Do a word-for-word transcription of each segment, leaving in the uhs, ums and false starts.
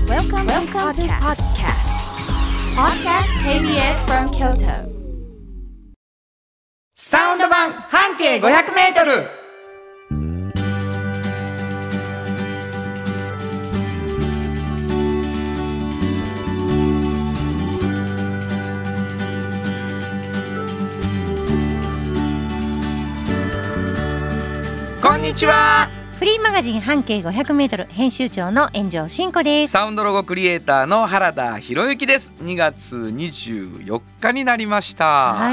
Welcome, Welcome to podcast. Podcast ケービーエス from Kyoto. サウンド版半径ごひゃくメートル。こんにちは。 フリーマガジン半径ごひゃくメートル編集長の炎上真子です。 サウンドロゴクリエイターの原田博之です。にがつにじゅうよっかになりました。 はい。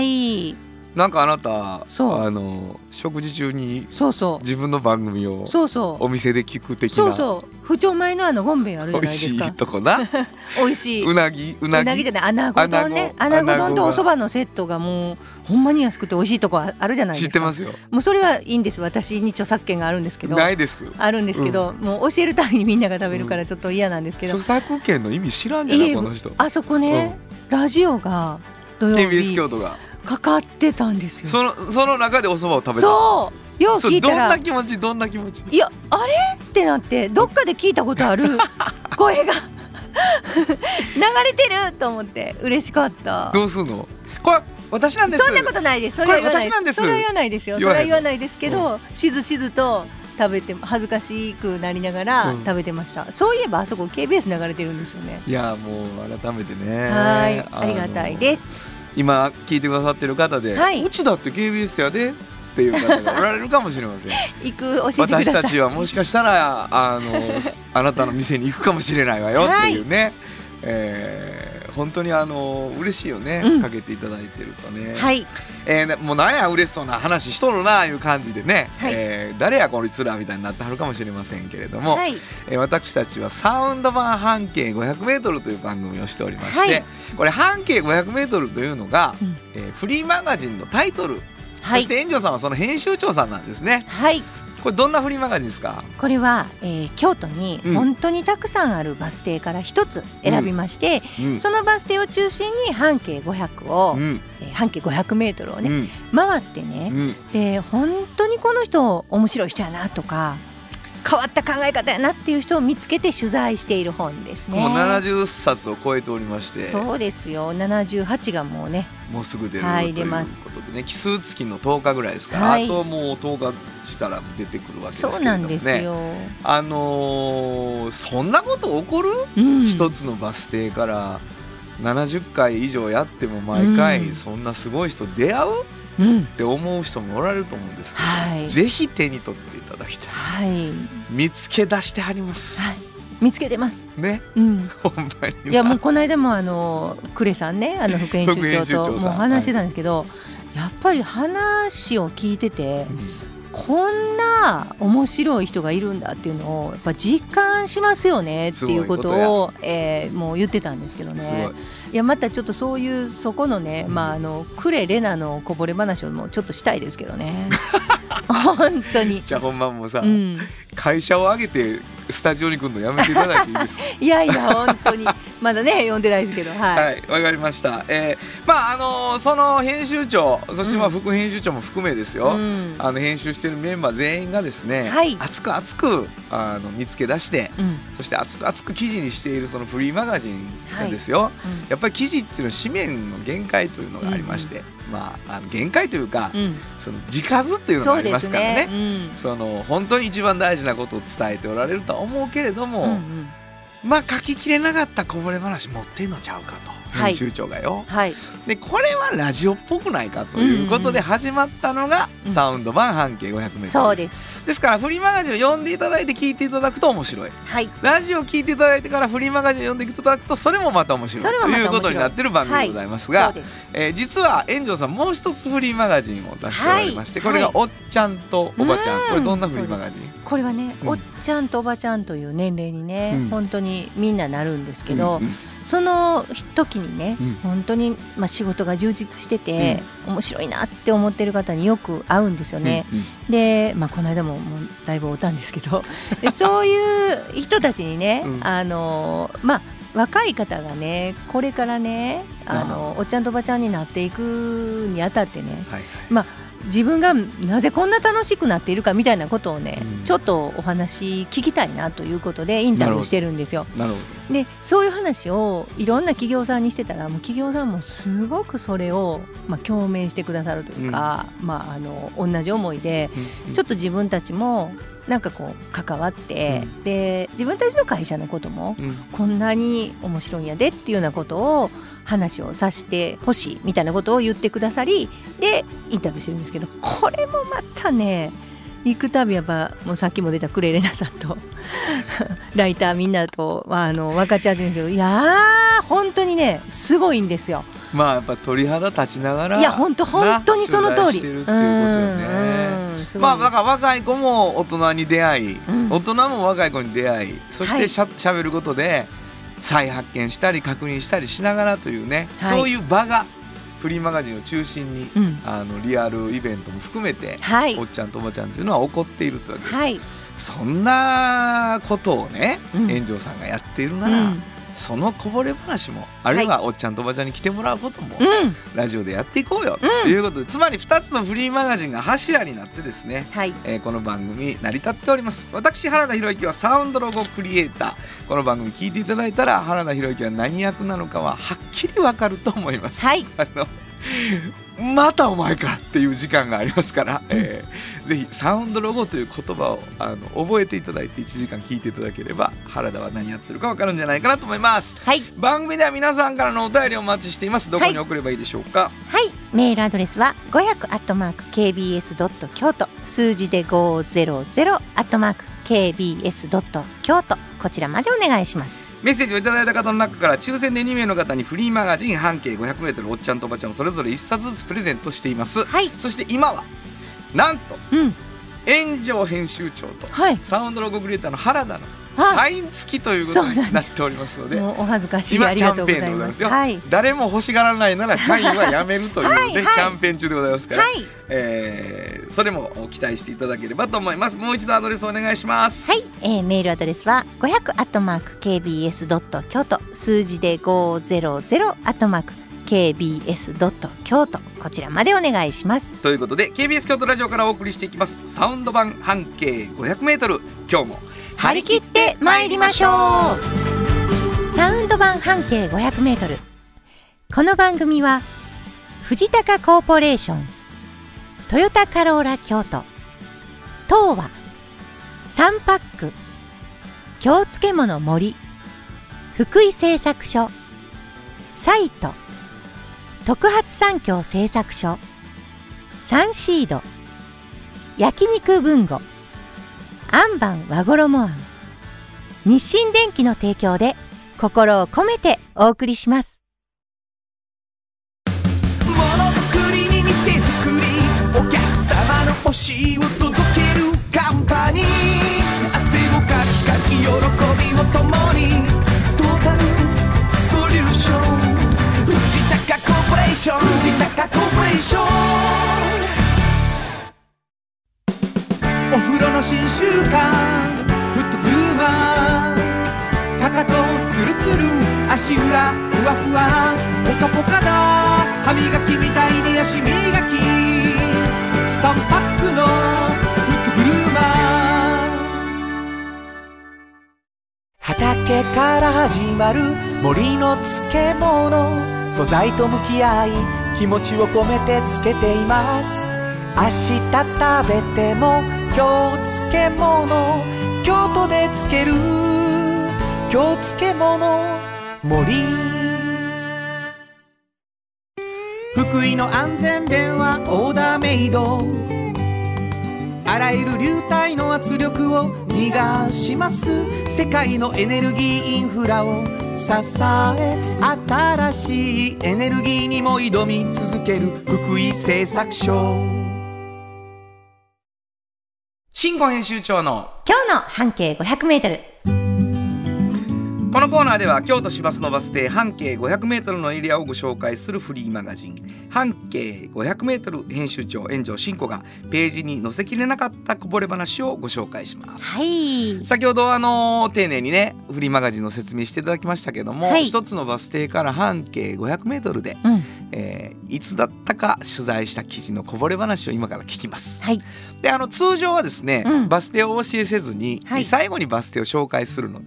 なんかあなたそうあの食事中にそうそう自分の番組をそうそうお店で聞く的な、 そうそう不調前のあのゴンベイあるじゃない美味ですか。 しいとこな美味しいうなぎうなぎうなぎじゃない穴子丼ね。 穴子穴子丼とお蕎麦のセットがもうほんまに安くて美味しいとこあるじゃないですか。 知ってますよ。 もうそれはいいんです。私に著作権があるんですけどないです。 あるんですけど、うん、もう教えるためにみんなが食べるからちょっと嫌なんですけど、 著作権の意味知らんじゃないこの人。 あそこね、うん、ラジオが土曜日ケービーエス 京都がかかってたんですよ。 そのその中でお蕎麦を食べた。 そうよう聞いたらどんな気持ちどんな気持ち。 いやあれってなってどっかで聞いたことある声が流れてると思って嬉しかった。 どうすんのこれ私なんです。 そんなことないです。それは言わない。 これ私なんです。 それは言わないですよ。それは言わないですけど、しずしずと食べて恥ずかしくなりながら食べてました、うん、そういえばあそこ ケービーエス 流れてるんですよね。 いやもう改めてね。 はいありがたいです。 今聞いてくださってる方で、はい、うちだって ケービーエス やでっていう方がおられるかもしれません。 行く教えてください。 私たちはもしかしたらあのあなたの店に行くかもしれないわよっていうね、はいえー、本当にあの嬉しいよね、うん、かけていただいてるとね、 はいえー、もうなんや嬉しそうな話しとるないう感じでね、はいえー、誰やこいつらみたいになってはるかもしれませんけれども、はいえー、私たちはサウンド版半径ごひゃくメートルという番組をしておりまして、はい、これ半径ごひゃくメートルというのが、うんえー、フリーマガジンのタイトル、はい、そして炎上さんはその編集長さんなんですね。 はいこれどんなフリーマガジンですか。 これは、えー、京都に本当にたくさんあるバス停から一つ選びまして、うんうん、そのバス停を中心に半径ごひゃくを、うんえー、半径ごひゃくメートルをね、うん、回ってね、うん、で本当にこの人面白い人やなとか変わった考え方やなっていう人を見つけて取材している本ですね。 もうななじゅっさつを超えておりまして。 そうですよ。ななじゅうはちがもうねもうすぐ出る、 はい、 ということでね奇数月のとおかぐらいですから、はい、あともうとおかしたら出てくるわけですけれどもね。 そうなんですよ。 あのー、そんなこと起こる、うん、一つのバス停からななじゅっかい以上やっても毎回そんなすごい人出会う、うん、って思う人もおられると思うんですけど、はい、ぜひ手に取っていただきたい、 はい、 見つけ出してはります、 はい、見つけてますね、 うん、 ほんまに。 いやもうこの間もあのクレさんねあの副編集長ともう話してたんですけど、はい、やっぱり話を聞いてて、うん、こんな面白い人がいるんだっていうのをやっぱ実感しますよねっていうことをこえー、もう言ってたんですけどね。いやまたちょっとそういうそこのね、まあ、あのクレレナのこぼれ話をもうちょっとしたいですけどね本当に。 じゃあほんまもうさ、うん、会社を挙げてスタジオに来るのやめていただいていいですか。 いやいや本当にまだね読んでないですけどはい、 はい、わかりました、えー、まああのー、その編集長そしてまあ副編集長も含めですよ、うん、あの編集しているメンバー全員がですね、はい、熱く熱くあの見つけ出して、うん、そして熱く熱く記事にしているそのフリーマガジンがですよ、はいうん、やっぱり記事っていうのは紙面の限界というのがありまして、うんまあ、あの限界というか、うん、その字数っていうのがありますからね、そ、ねうん、その本当に一番大事なことを伝えておられるとは思うけれども、うんうん、まあ書ききれなかったこぼれ話持ってんのちゃうかと、編集長がよ、はい、でこれはラジオっぽくないかということで始まったのが、うんうん、サウンド版半径ごひゃくメートルです。 そうですですからフリーマガジンを読んでいただいて聞いていただくと面白い、はい、ラジオを聞いていただいてからフリーマガジンを読んでいただくとそれもまた面白いということになっている番組でございますが、はいえー、実は炎上さんもう一つフリーマガジンを出しておられまして、はい、これがおっちゃんとおばちゃん、はい、これどんなフリーマガジン。 これはね、うん、おっちゃんとおばちゃんという年齢にね、うん、本当にみんななるんですけど、うんうんその時にね、うん、本当に、まあ、仕事が充実してて、うん、面白いなって思ってる方によく会うんですよね、うんうん、で、まあ、この間も、もうだいぶ会ったんですけどでそういう人たちにね、うん、あのまあ若い方がねこれからねあのおっちゃんとおばちゃんになっていくにあたってね、はい、まあ自分がなぜこんな楽しくなっているかみたいなことをね、うん、ちょっとお話聞きたいなということでインタビューしてるんですよ。 なるほど。 でそういう話をいろんな企業さんにしてたらもう企業さんもすごくそれを、まあ、共鳴してくださるというか、うんまあ、あの同じ思いで、うん、ちょっと自分たちもなんかこう関わって、うん、で自分たちの会社のことも、うん、こんなに面白いんやでっていうようなことを話をさせてほしいみたいなことを言ってくださりでインタビューしてるんですけど、これもまたね行くたびやっぱもうさっきも出たクレレナさんとライターみんなとあの分かち合ってるんですけど、いやー本当にねすごいんですよ。 まあやっぱ鳥肌立ちながらいや本当本当にその通りしてるっていうことよね。まあだから若い子も大人に出会い、うん、大人も若い子に出会い、そしてしゃ、はい、しゃべることで再発見したり確認したりしながらというね、はい、そういう場がフリーマガジンを中心に、うん、あのリアルイベントも含めて、はい、おっちゃんとおばちゃんというのは起こっているというわけです、はい、そんなことをね、うん、炎上さんがやっているなら、うん、そのこぼれ話もあるいはおっちゃんとおばちゃんに来てもらうことも、はい、ラジオでやっていこうよ、うん、ということで、つまりふたつのフリーマガジンが柱になってですね、はいえー、この番組成り立っております。私原田博之はサウンドロゴクリエイター。この番組聞いていただいたら原田博之は何役なのかははっきりわかると思います、はい、あのまたお前かっていう時間がありますから、うんえー、ぜひサウンドロゴという言葉をあの覚えていただいていちじかん聞いていただければ原田は何やってるか分かるんじゃないかなと思います、はい、番組では皆さんからのお便りをお待ちしています。どこに送ればいいでしょうか。 はい、はい、メールアドレスはごひゃくアットマークケービーエスドット京都、数字でごひゃくアットマークケービーエスドット京都、こちらまでお願いします。 メッセージをいただいた方の中から抽選でにめいの方にフリーマガジン半径 ごひゃくメートル おっちゃんとおばちゃんをそれぞれいっさつずつプレゼントしています、はい、そして今はなんと、うん、炎上編集長と、はい、サウンドロゴクリエイターの原田のサイン付きということになっておりますので、 もうお恥ずかしい、ありがとうございます。今キャンペーンでございますよ、はい、誰も欲しがらないならサインはやめるという、ねはい、キャンペーン中でございますから、はいえー、それも期待していただければと思います。もう一度アドレスお願いします。 はい、えー、メールアドレスはごひゃくアットマークケービーエスドット京都、数字でごひゃくアットマークケービーエスドット京都、こちらまでお願いします。 ということで ケービーエス 京都ラジオからお送りしていきますサウンド版半径 ごひゃくメートル、今日も張り切って参りましょう。サウンド版半径 ごひゃくメートル、この番組は藤高コーポレーション、トヨタカローラ京都、東和、サンパック、京漬物森、福井製作所、サイト、特発産業製作所、サンシード、焼肉文吾、アンバン和衣あん、日清電機の提供で心を込めてお送りします。 ものづくりに店づくり、お客様の欲しいを届けるカンパニー、汗をかきかき喜びを共に、トータルソリューション、藤高コーポレーション、藤高コーポレーション。お風呂の新習慣フットブルーマー、かかとツルツル足裏ふわふわポカポカだ、歯磨きみたいに足磨き、さんパックのフットブルーマー。畑から始まる森の漬物、素材と向き合い気持ちを込めてつけています。明日食べても京漬物、京都で漬ける京漬物森。福井の安全弁はオーダーメイド、あらゆる流体の圧力を逃がします。世界のエネルギーインフラを支え、新しいエネルギーにも挑み続ける福井製作所。 新語編集長の今日の半径 ごひゃくメートル。 このコーナーでは京都市バスのバス停半径 ごひゃくメートルのエリアをご紹介するフリーマガジン半径 ごひゃくメートル編集長炎上真子がページに載せきれなかったこぼれ話をご紹介します、はい、先ほどあの丁寧にねフリーマガジンの説明していただきましたけども、はい、一つのバス停から半径 ごひゃくメートルで、うんえー、いつだったか取材した記事のこぼれ話を今から聞きます、はい、であの通常はですね、うん、バス停をお教えせずに、はい、最後にバス停を紹介するので、うんうん、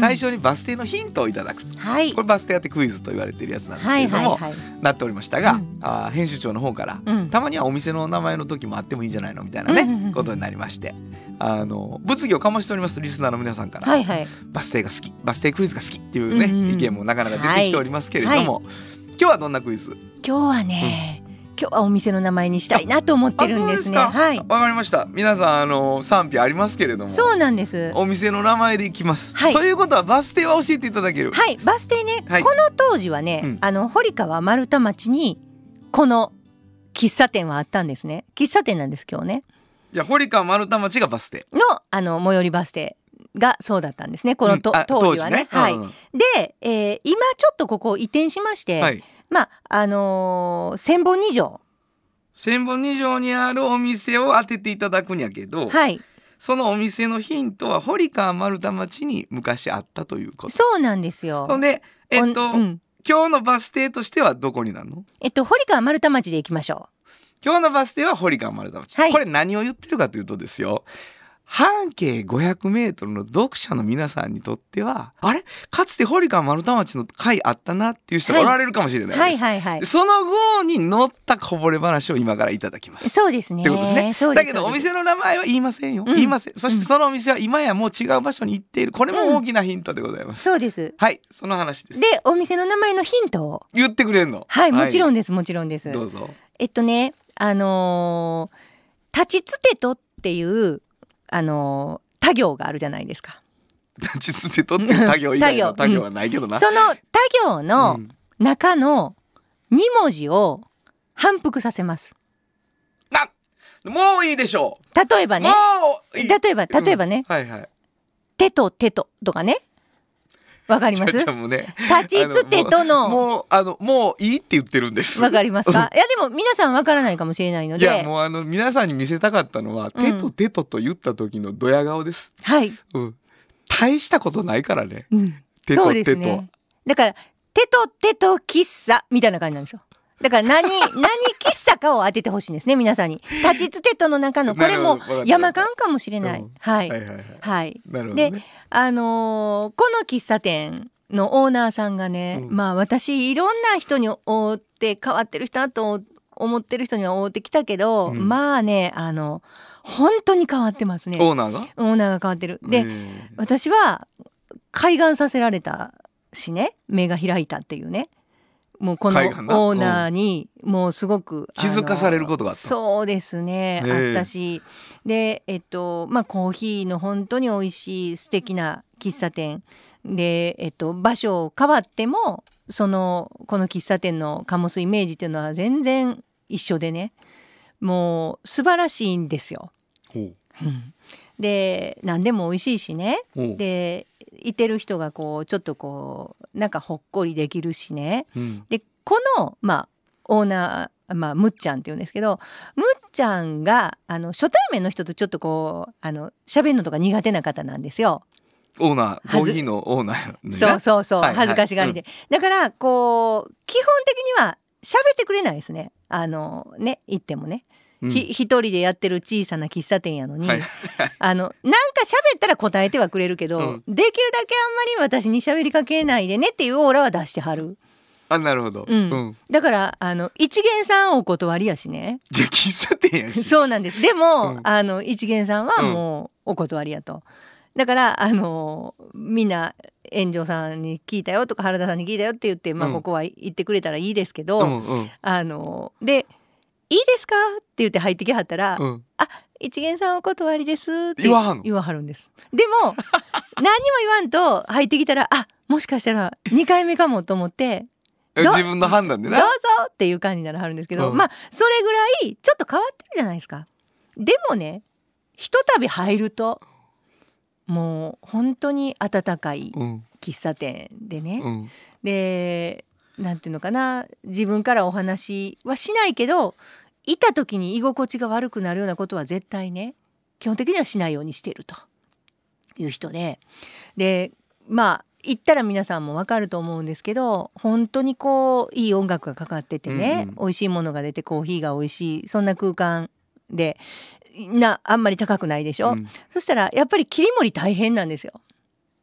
最初にバス停のヒントをいただく、 はい、 これバス停当てクイズと言われているやつなんですけれども、はいはいはい、なっておりましたが、うん、あ編集長の方から、うん、たまにはお店の名前の時もあってもいいんじゃないのみたいなね、うんうんうん、ことになりまして、あの物議を醸しておりますリスナーの皆さんから、はいはい、バス停が好き、バス停クイズが好きっていうね、うんうん、意見もなかなか出てきておりますけれども、はいはい、今日はどんなクイズ？ 今日はね、うん、今日はお店の名前にしたいなと思ってるんですね。はい、 わかりました。皆さんあの賛否ありますけれども、 そうなんです。 お店の名前でいきます、はい、ということはバス停は教えていただける？ はい、バス停ね、はい、この当時はね、うん、あの堀川丸太町にこの喫茶店はあったんですね。喫茶店なんです今日ね。 じゃあ堀川丸太町がバス停のあの最寄りバス停がそうだったんですね、このと、うん、当時はね、はい、うん、で、えー、今ちょっとここ移転しまして、はい、まああのー、千本二条千本二条にあるお店を当てていただくんやけど、はい、そのお店のヒントは堀川丸太町に昔あったということ。 そうなんですよ。 ほんで、えっと、うん、今日のバス停としてはどこになるの？ えっと堀川丸太町で行きましょう。 今日のバス停は堀川丸太町、はい、これ何を言ってるかというとですよ、半径ごひゃくメートルの読者の皆さんにとっては、あれかつて堀川丸太町の会あったなっていう人がおられるかもしれないです、はいはいはいはい、その後に乗ったこぼれ話を今からいただきます。 そうですね。 ってことですね。そうです。だけどお店の名前は言いませんよ、うん、言いません。そしてそのお店は今やもう違う場所に行っている。これも大きなヒントでございます、 うん、そうです。 はい、その話です。 でお店の名前のヒントを言ってくれんの？ はい、もちろんです、はい、もちろんです。 どうぞ。 えっとねあのー、立ちつてとっていうあのー、他行があるじゃないですか。 立ちつてとっていう他行以外の他行はないけどな、うん、 その他行の中のに文字を反復させます。 なもういいでしょう。例えばね、もういい。例えば例えばね、 うん、はいはい、 手と手ととかね、わかります？ ちゃちゃもね、 立ちつてとのもうあのもういいって言ってるんです。 わかりますか？いやでも皆さんわからないかもしれないので、 いやもうあの皆さんに見せたかったのは、うん、手と手とと言った時のドヤ顔です。 はい、 うん、大したことないからね、うん、手と手と。そうですね。 だから手と手と喫茶みたいな感じなんですよ。だから何何喫茶かを当ててほしいんですね、皆さんに。立ちつてとの中のこれも山間かもしれない、うん、はい、はいはいはいはい、なるほどね。であのー、この喫茶店のオーナーさんがね、うん、まあ私いろんな人に会って変わってる人だと思ってる人には会ってきたけど、うん、まあねあの本当に変わってますね。 オーナーがオーナーが変わってる。で私は開眼させられたしね、目が開いたっていうね、もうこのオーナーにもうすごく、うん、 気づかされることがあった。 そうですね、あったし、でえっとまあコーヒーの本当に美味しい素敵な喫茶店で、えっと、場所変わってもそのこの喫茶店の醸すイメージっていうのは全然一緒でね、もう素晴らしいんですよ。ほう、うん、で何でも美味しいしね、でいてる人がこうちょっとこうなんかほっこりできるしね、うん、でこのまあオーナー、まあ、むっちゃんっていうんですけど、むっちゃんがあの初対面の人とちょっとこうあの喋るのとか苦手な方なんですよ。 オーナーコーヒーのオーナー、 そうそうそう、はいはい、恥ずかしがりで、うん、だからこう基本的には喋ってくれないですね。あのね行ってもね、うん、ひ一人でやってる小さな喫茶店やのに、はい、あのなんか喋ったら答えてはくれるけど、うん、できるだけあんまり私に喋りかけないでねっていうオーラは出してはる。 あ、なるほど、 うんうん、だからあの一元さんお断りやしね。 じゃあ喫茶店やしそうなんです。でも、うん、あの一元さんはもうお断りやと。だからあのみんな園長さんに聞いたよとか原田さんに聞いたよって言って、まあ、ここは言ってくれたらいいですけど、うんうん、あのでいいですかって言って入ってきはったら、うん、あ一元さんお断りですって言わはんの言わはるんです。でも何にも言わんと入ってきたら、あもしかしたらにかいめかもと思って自分の判断でねどうぞっていう感じにならはるんですけど、うん、まあそれぐらいちょっと変わってるじゃないですか。でもねひとたび入るともう本当に温かい喫茶店でね、うん、でなんていうのかな、自分からお話はしないけどいた時に居心地が悪くなるようなことは絶対ね基本的にはしないようにしているという人で、でまあ行ったら皆さんも分かると思うんですけど、本当にこういい音楽がかかっててね、うんうん、美味しいものが出てコーヒーが美味しい、そんな空間でなあんまり高くないでしょ、うん、そしたらやっぱり切り盛り大変なんですよ。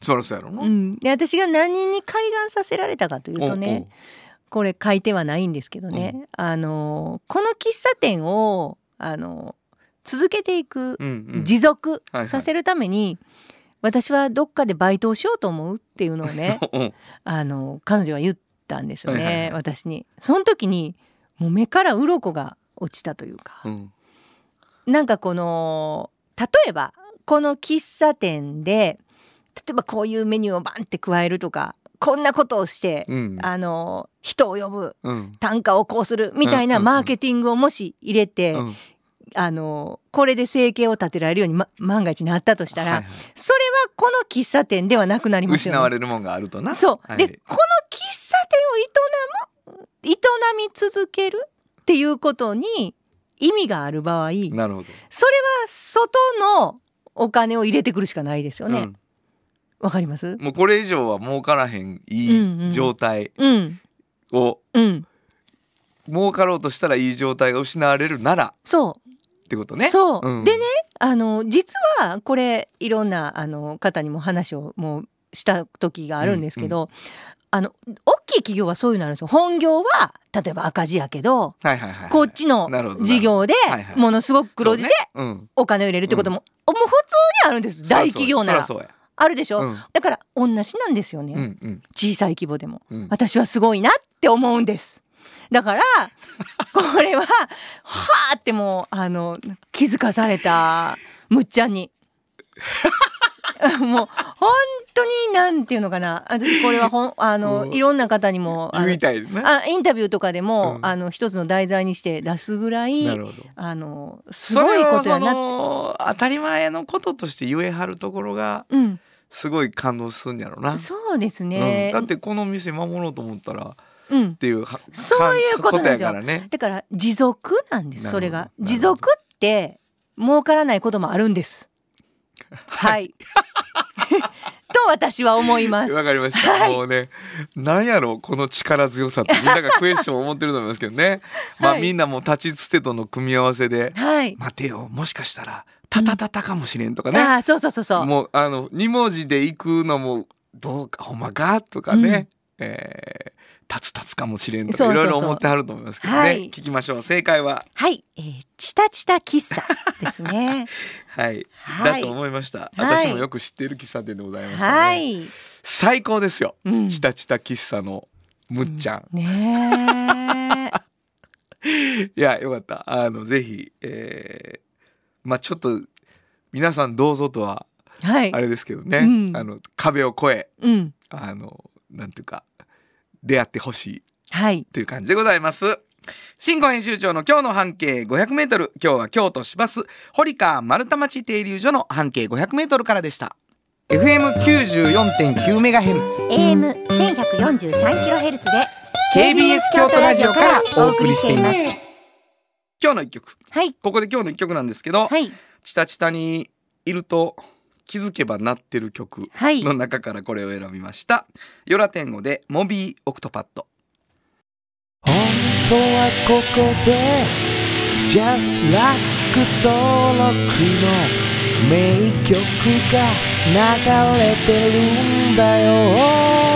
そりゃそうやろな、 うん、で私が何に開眼させられたかというとね、おうおうこれ書いてはないんですけどね、うん、あのこの喫茶店をあの続けていく、うんうん、持続させるために、はいはい、私はどっかでバイトをしようと思うっていうのをねあの彼女は言ったんですよね、はいはいはい、私に。その時にもう目から鱗が落ちたというか、うん、なんかこの例えばこの喫茶店で例えばこういうメニューをバンって加えるとかこんなことをして、うん、あの人を呼ぶ、うん、単価をこうするみたいなマーケティングをもし入れて、うんうん、あのこれで生計を立てられるように、ま、万が一なったとしたら、はいはい、それはこの喫茶店ではなくなりますよね。 失われるもんがあるとな。 そう、 はい、 でこの喫茶店を営む営み続けるっていうことに意味がある場合、 なるほど、 それは外のお金を入れてくるしかないですよね。うん、わかります？ もうこれ以上は儲からへんいい状態を、うんうん、儲かろうとしたらいい状態が失われるならそうってことね。 そう、うん、でねあの実はこれいろんなあの方にも話をもうした時があるんですけど、うんうん、あの大きい企業はそういうのあるんですよ。本業は例えば赤字やけど、はいはいはいはい、こっちの事業でものすごく黒字でお金を入れるってことも、うん、もう普通にあるんです。大企業ならあるでしょ、うん、だから同じなんですよね、うんうん、小さい規模でも、うん、私はすごいなって思うんです。だからこれははーってもうあの気づかされたむっちゃんにもう本当になんていうのかな、私これはほんあのいろんな方にも言いたいね、 あインタビューとかでも、うん、あの一つの題材にして出すぐらい、あのすごいことやなって。それはその当たり前のこととして言えはるところが、うんすごい感動するんやろな。 そうですね、 うん、だってこの店守ろうと思ったら、うん、っていうそういうことなんですよ。 やからね。 だから持続なんです。それが持続って儲からないこともあるんですはいと私は思います。 わかりました、はい、もうねなんやろこの力強さってみんながクエスチョンを思ってると思いますけどね、はい、まあみんなも立ちつてとの組み合わせで、はい、待てよもしかしたらタタタタかもしれんとかね、うん、 あそうそうそうそうもうあのに文字でいくのもどうかほんまかとかね、うんえー、タツタツかもしれんとかいろいろ思ってはると思いますけどね、はい、聞きましょう。正解ははい、えー、チタチタ喫茶ですねはい、はい、だと思いました、はい、私もよく知っている喫茶店でございましたね、 はい、 最高ですよ、うん、チタチタ喫茶のむっちゃん、 うん、ねいやよかったあのぜひ、えーまあちょっと皆さんどうぞとはあれですけどね、はいうん、あの壁を越え、うん、あのなんていうか出会ってほしいという感じでございます、はい、新語編集長の今日の半径 ごひゃくメートル、 今日は京都市バス堀川丸太町停留所の半径 ごひゃくメートル からでした。 エフエムきゅうじゅうよんてんきゅうメガヘルツエーエムせんひゃくよんじゅうさんキロヘルツ でケービーエス 京都ラジオからお送りしています。今日の一曲、はい、ここで今日の一曲なんですけど、はい、チタチタにいると気づけば鳴ってる曲の中からこれを選びました、はい、ヨラテンゴでモビーオクトパッド。 本当はここで Just Like 登録の名曲が流れてるんだよ。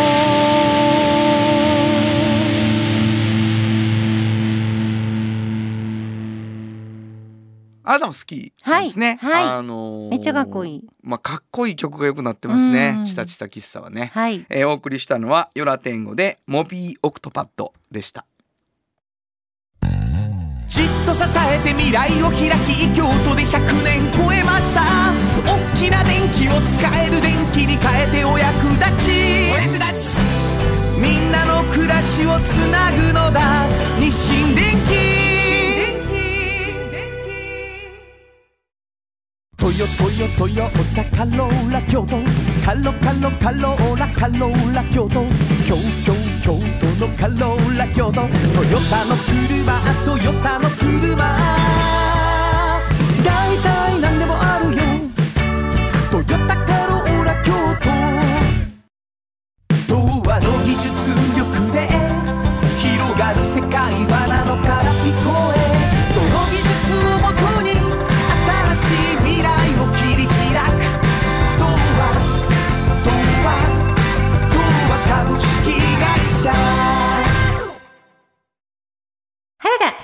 あなたも好きですね、 はいはいあのー、 めっちゃかっこいい、 まあ、かっこいい曲がよくなってますね。チタチタ喫茶はね、はいえー、お送りしたのはヨラテンゴでモビーオクトパッドでした。 じっと支えて未来を開き京都でひゃくねん超えました。大きな電気を使える電気に変えてお役立ちお役立ちみんなの暮らしをつなぐのだ日清電気。トヨトヨトヨタカローラ京都カロカロカローラカローラ京都京京京都のカローラ京都トヨタの車トヨタの車だいたいなんでもあるよトヨタカローラ京都童話の技術力で広がる世界はなのから聞こえその技術をもとに新しい未来を切り開く童話童話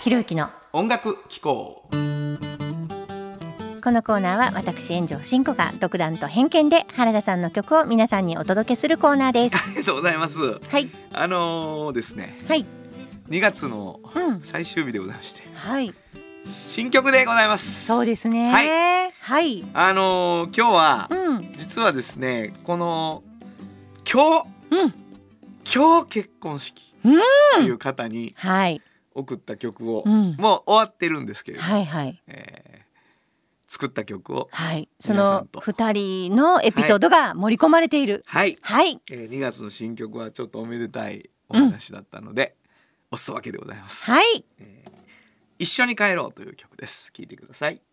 ひろゆきの音楽機構。 このコーナーは私炎上真子が独断と偏見で原田さんの曲を皆さんにお届けするコーナーです。 ありがとうございます。 はい。 あのー、ですね、 はい、 にがつの最終日でございまして、 うん、はい、 新曲でございます。 そうですね。 はい、 はい、 あのー、今日は、 うん、 実はですね、この今日、うん、今日結婚式という方に、うん、はい、送った曲を、うん、もう終わってるんですけれども、はいはい、えー作った曲を、 はい、そのふたりのエピソードが盛り込まれている、 はい、はい、えー、にがつの新曲はちょっとおめでたいお話だったので、うん、おすわけでございます。 はい、 えー、一緒に帰ろうという曲です。聴いてください。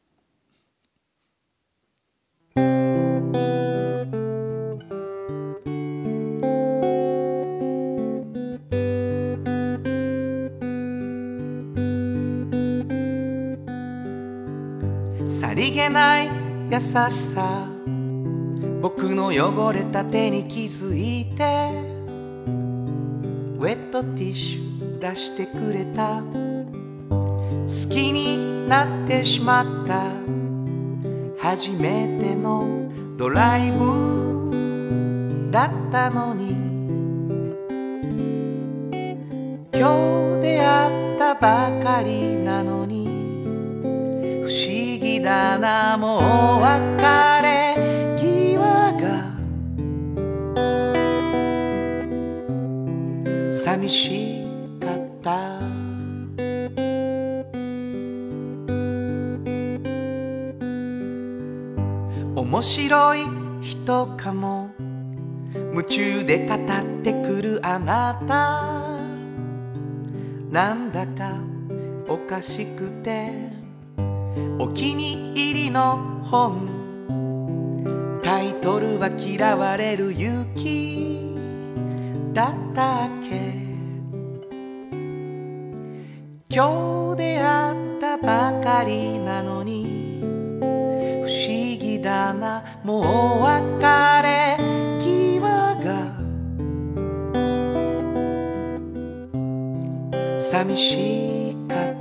さりげない優しさ、僕の汚れた手に気づいてウェットティッシュ出してくれた。好きになってしまった初めてのドライブだったのに、今日出会ったばかりなのに不思議だな、もう別れ際が寂しかった。面白い人かも、夢中で語ってくるあなた、なんだかおかしくてお気に入りの本、タイトルは嫌われる勇気だったっけ。今日出会ったばかりなのに不思議だな、もう別れ際が寂しかった。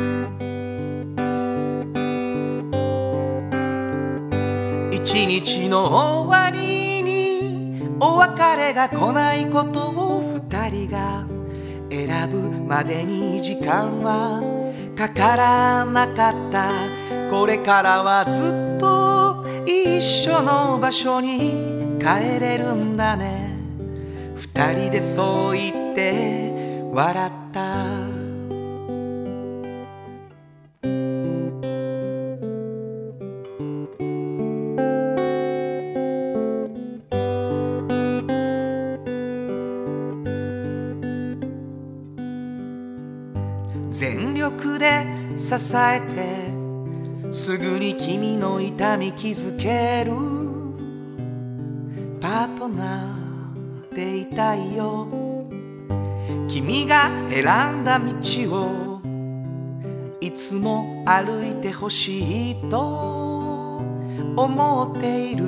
一日の終わりにお別れが来ないことを二人が選ぶまでに時間はかからなかった。これからはずっと一緒の場所に帰れるんだね。二人でそう言って笑った。全力で支えてすぐに君の痛み気づけるパートナーでいたいよ。君が選んだ道をいつも歩いてほしいと思っている。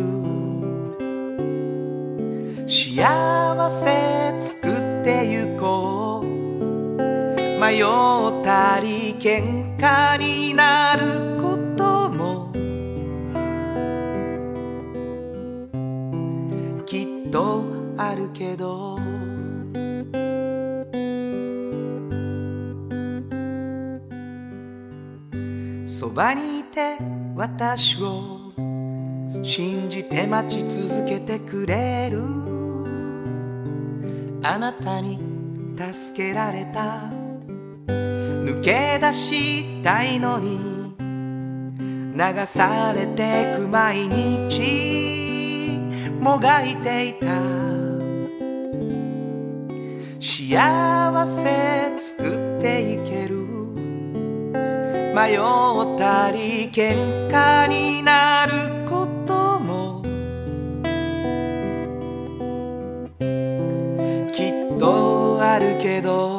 幸せ作ってゆこう、迷ったり喧嘩になることもきっとあるけど、そばにいて私を信じて待ち続けてくれるあなたに助けられた。抜け出したいのに流されてく毎日もがいていた。幸せ作っていける。迷ったり喧嘩になることもきっとあるけど、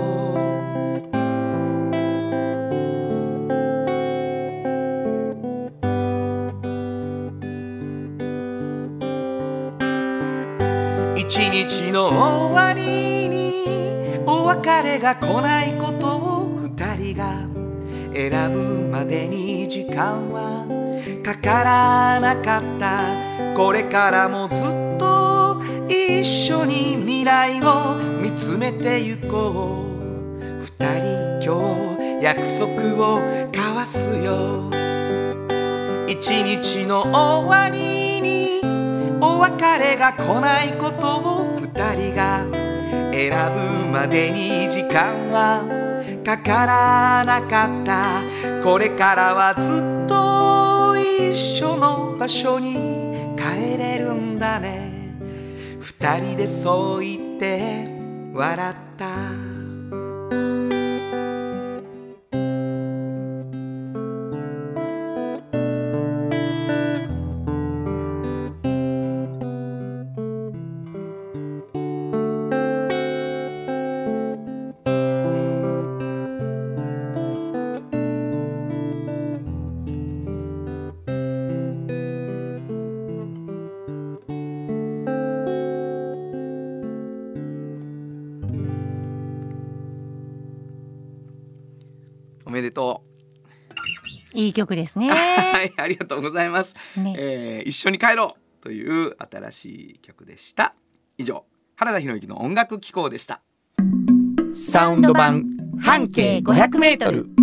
一日の終わりにお別れが来ないことを二人が選ぶまでに時間はかからなかった。これからもずっと一緒に未来を見つめてゆこう。二人今日約束を交わすよ。一日の終わりにお別れが来ないことを二人が選ぶまでに時間はかからなかった。これからはずっと一緒の場所に帰れるんだね。二人でそう言って笑った。おめでとう。いい曲ですね。 はい、ありがとうございます、ねえー、一緒に帰ろうという新しい曲でした。以上、原田裕之の音楽機構でした。 サウンド版半径ごひゃくメートル。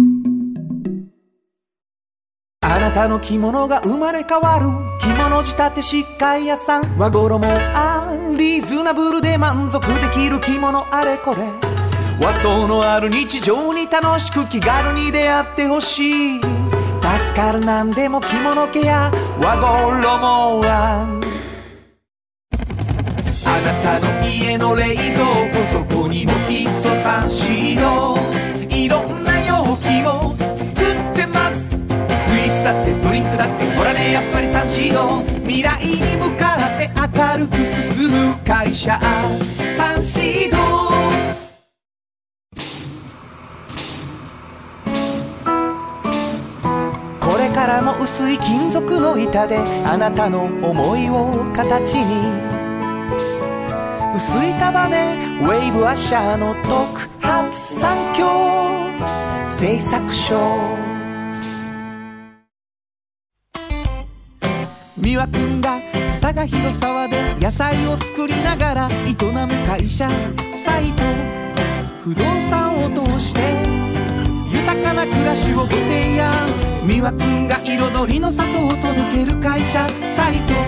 あなたの着物が生まれ変わる着物仕立て疾患屋さん。和衣あリーズナブルで満足できる着物あれこれ。和装のある日常に楽しく気軽に出会ってほしい。助かるなんでも着物ケア和衣はあなたの家の冷蔵庫、そこにもきっとサンシード。いろんな容器を作ってます。スイーツだってドリンクだってほらね、やっぱりサンシード。未来に向かって明るく進む会社サンシード。これからも薄い金属の板であなたの思いを形に。薄い束ねウェーブアッシャーの特発産業製作所。美和くんが佐賀広沢で野菜を作りながら営む会社サイト。不動産を通して豊かな暮らしをご提案。美和くんが彩りの里を届ける会社サイト。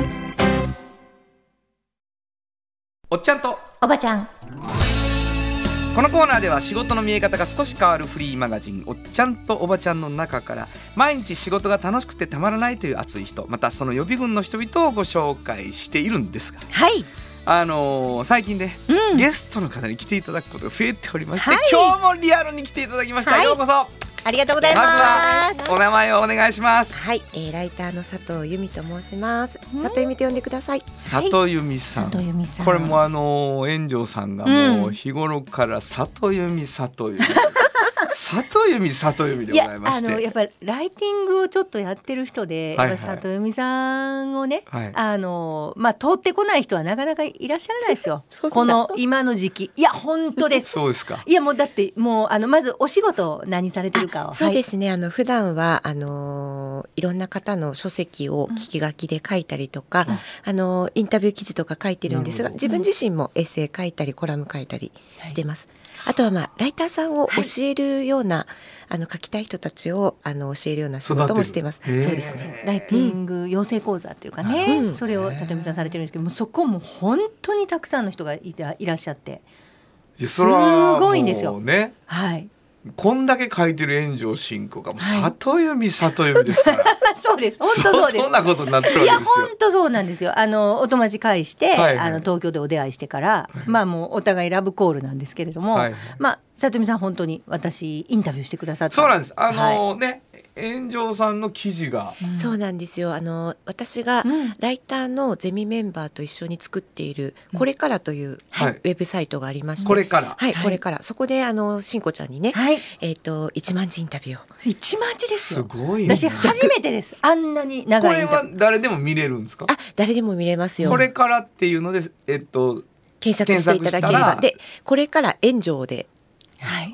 おっちゃんとおばちゃん。 このコーナーでは仕事の見え方が少し変わるフリーマガジンおっちゃんとおばちゃんの中から毎日仕事が楽しくてたまらないという熱い人、またその予備軍の人々をご紹介しているんですが、 はい、 あのー、最近ね、うん、ゲストの方に来ていただくことが増えておりまして、はい、今日もリアルに来ていただきました、はい、ようこそ。 ありがとうございます。 まずはお名前をお願いします。 はい、えー、ライターの佐藤由美と申します。佐藤由美と呼んでください。 佐藤由美さん、 佐藤由美さん、 これもあの炎上さんがもう日頃から佐藤由美佐藤由美佐藤由美佐藤由美でございまして、 いや、あのやっぱりライティングをちょっとやってる人で、はいはい、佐藤由美さんをね、はい、あのまあ通ってこない人はなかなかいらっしゃらないですよこの今の時期。いや本当ですそうですか。 いやもうだってもうあのまずお仕事何されてるかを。 そうですね、あの普段はあのいろんな方の書籍を聞き書きで書いたりとか、うん、あのインタビュー記事とか書いてるんですが、自分自身もエッセイ書いたりコラム書いたりしてます、はい、あとはまあライターさんを教えるような、はい、あの書きたい人たちをあの教えるような仕事もしています。そうですね、 ライティング養成講座っていうかね、うん、それを佐藤由美さんされてるんですけども、そこも本当にたくさんの人がいら、いらっしゃってすごいんですよ、 ね、 はい。 こんだけ書いてる炎上真子がもう佐藤由美佐藤由美ですからそうです、本当そうです。 そんなことになってるわけですよ。 いや本当そうなんですよ。あのお友達介して、はいはい、あの東京でお出会いしてから、はい、まあもうお互いラブコールなんですけれども、はいはい、まあ佐藤由美さん本当に私インタビューしてくださった。 そうなんです。あの、はい、ね炎上さんの記事が、 うん、そうなんですよ。あの私がライターのゼミメンバーと一緒に作っている、うん、これからという、はい、ウェブサイトがありまして、 これから、 はい、はい、これからそこであのしんこちゃんにね、はい、えっ、ー、といちまんじインタビューを。 いちまんじですよ。 すごい、ね、 私初めてです。あんなに長いインタビュー。 これは誰でも見れるんですか？ あ、誰でも見れますよ。 これからっていうので、えっと検索していただければ。で、これから炎上で、 はい、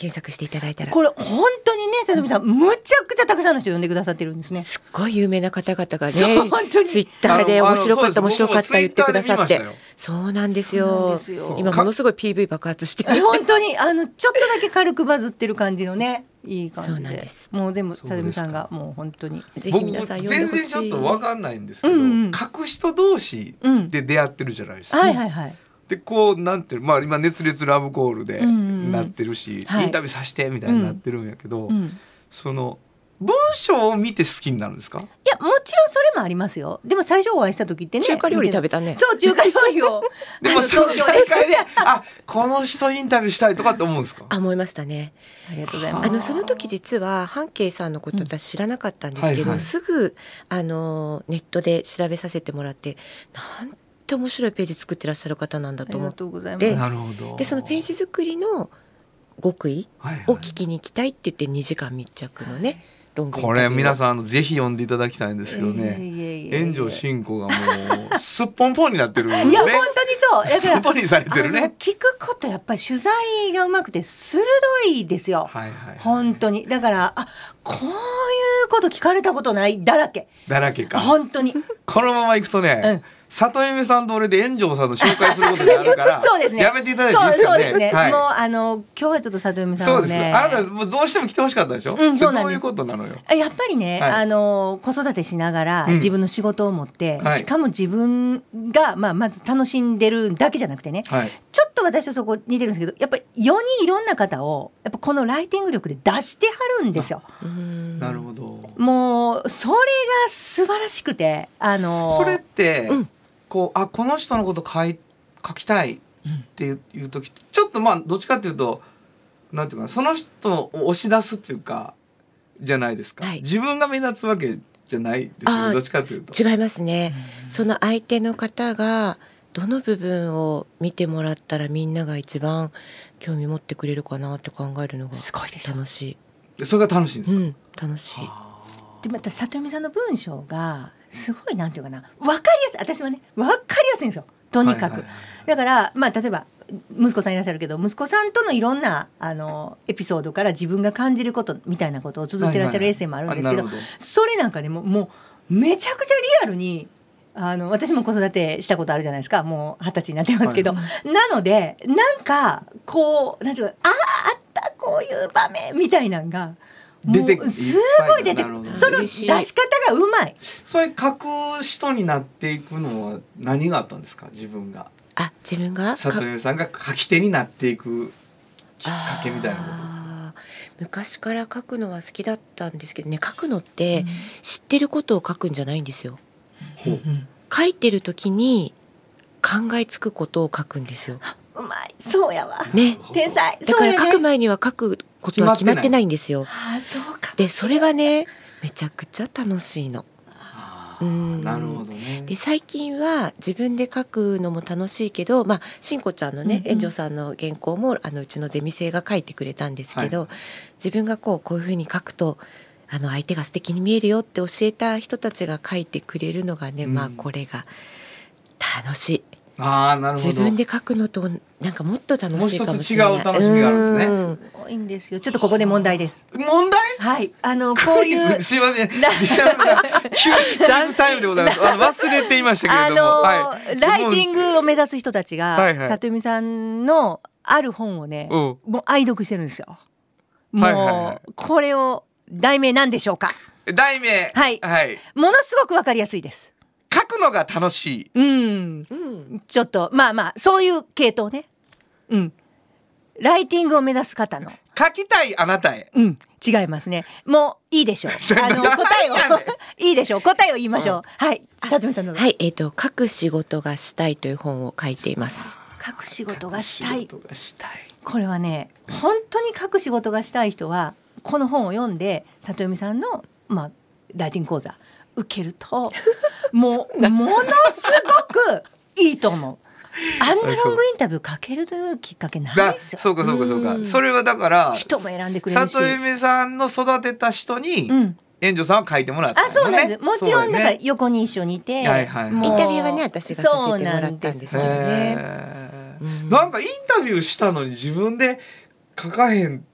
検索していただいたら。 これ本当にね、さとみさんむちゃくちゃたくさんの人呼んでくださってるんですね。 すっごい有名な方々がね、 ツイッターで面白かった面白かった言ってくださって。そうなんですよ。今ものすごい ピーブイ 爆発してる。 本当にあのちょっとだけ軽くバズってる感じのね、いい感じで。 そうなんです。 もう全部さとみさんがもう本当にぜひ皆さん読んでほしい。 全然ちょっとわかんないんですけど、うんうん、書く人同士で出会ってるじゃないですか。 うん、はいはいはい。 でこうなんていう、まあ今熱烈ラブコールでなってるし、うんうんうん、インタビューさせてみたいになってるんやけど、うん、その文章を見て好きになるんですか？ いやもちろんそれもありますよ。でも最初お会いした時ってね、 中華料理食べたね。 そう中華料理をでもその大会であこの人インタビューしたいとかって思うんですか？ あ思いましたね。 ありがとうございます。 あのその時実は半径さんのこと私知らなかったんですけど、うんはいはい、すぐあのネットで調べさせてもらってなんて面白いページ作ってらっしゃる方なんだと思って、 なるほど。 でそのページ作りの極意を聞きに行きたいって言ってにじかん密着のね、はいこれ皆さんあのぜひ読んでいただきたいんですけどね、炎上真子がもうすっぽんぽんになってる、ね、 いや本当にそうだからすっぽんにされてるね。 聞くことやっぱり取材がうまくて鋭いですよ、はいはいはい、本当にだからあこういうこと聞かれたことないだらけだらけか本当にこのままいくとね、うん里夢さんと俺で炎上さんの紹介することになるからそうです、ね、 やめていただいていいですかね。 そうですね、はい、もうあの今日はちょっと里夢さんをねそうですあなたもうどうしても来てほしかったでしょ、うん、そうなんです。どういうことなのよ。 やっぱりね、はい、あの子育てしながら自分の仕事を持って、うん、しかも自分が、まあ、まず楽しんでるだけじゃなくてね、はい、ちょっと私とそこ似てるんですけどやっぱりよにんいろんな方をやっぱこのライティング力で出してはるんですよ。 うんなるほど。 もうそれが素晴らしくてあのそれって、うんこうあこの人のこと書い書きたいっていう時、うん、ちょっとまあどっちかっていうとなんていうかその人を押し出すっていうかじゃないですか、はい、自分が目立つわけじゃないですよね。どっちかっていうと違いますね、うん、その相手の方がどの部分を見てもらったらみんなが一番興味持ってくれるかなって考えるのが楽しい。 それが楽しいんですか？うん、 楽しい。 でまた里見さんの文章がすごいなんていうかな分かりやすい。私はね分かりやすいんですよとにかく、はいはいはい、だからまあ例えば息子さんいらっしゃるけど息子さんとのいろんなあのエピソードから自分が感じることみたいなことを綴ってらっしゃるエッセイもあるんですけど、はいはい、それなんかでももうめちゃくちゃリアルにあの私も子育てしたことあるじゃないですか。もう二十歳になってますけど、はい、なのでなんかこうなんていうかあああったこういう場面みたいなのが出てすごい出てくる。その出し方がうまい。 それ書く人になっていくのは何があったんですか？自分があ自分が里見さんが書き手になっていくきっかけみたいなこと。 昔から書くのは好きだったんですけどね、書くのって知ってることを書くんじゃないんですよ、うん、書いてる時に考えつくことを書くんですよ。 うまい。そうやわ、 ね、 天才。 だから書く前には書くことは決まってないんですよ。 あそうか。 でそれがねめちゃくちゃ楽しいの。 うん、なるほどね。 で最近は自分で書くのも楽しいけど、まあしんこちゃんのね、炎上さんの原稿もあのうちのゼミ生が書いてくれたんですけど、はい、自分がこうこういうふうに書くとあの相手が素敵に見えるよって教えた人たちが書いてくれるのがね、うん、まあこれが楽しい。 あーなるほど。 自分で書くのとなんかもっと楽しいかもしれない。 もう一つ違う楽しみがあるんですね。 すごいんですよ。ちょっとここで問題です。 問題？ はい。あのこういうすいません。リサムさん急に残タイムでございます。あの忘れていましたけれども、 あのーはい、ライティングを目指す人たちが、はいはい、里見さんのある本をね、もう愛読してるんですよ。もう、はいはいはい、これを題名なんでしょうか？ 題名、 はい、はい、ものすごくわかりやすいです。 書くのが楽しい。 うん、うん、ちょっとまあまあそういう系統ね。うん。ライティングを目指す方の書きたいあなたへ。 うん、違いますね。もういいでしょう。あの答えをいいでしょう。答えを言いましょう。うん、はい。里見さんのはい、えっと書く仕事がしたいという本を書いています。 書く仕事がしたい。これはね、本当に書く仕事がしたい人はこの本を読んで里見さんのまあライティング講座受けるともうものすごくいいと思う。あんなロングインタビューかけるというきっかけないですよ。 そうかそうかそうか。それはだから人も選んでくれるし、 里夢さんの育てた人に援助さんは書いてもらった、ね。 あ、そうなんです。もちろんだから横に一緒にいて、 はいはいはい、インタビューはね私がさせてもらったんですけどね。 なんかインタビューしたのに自分で書かへん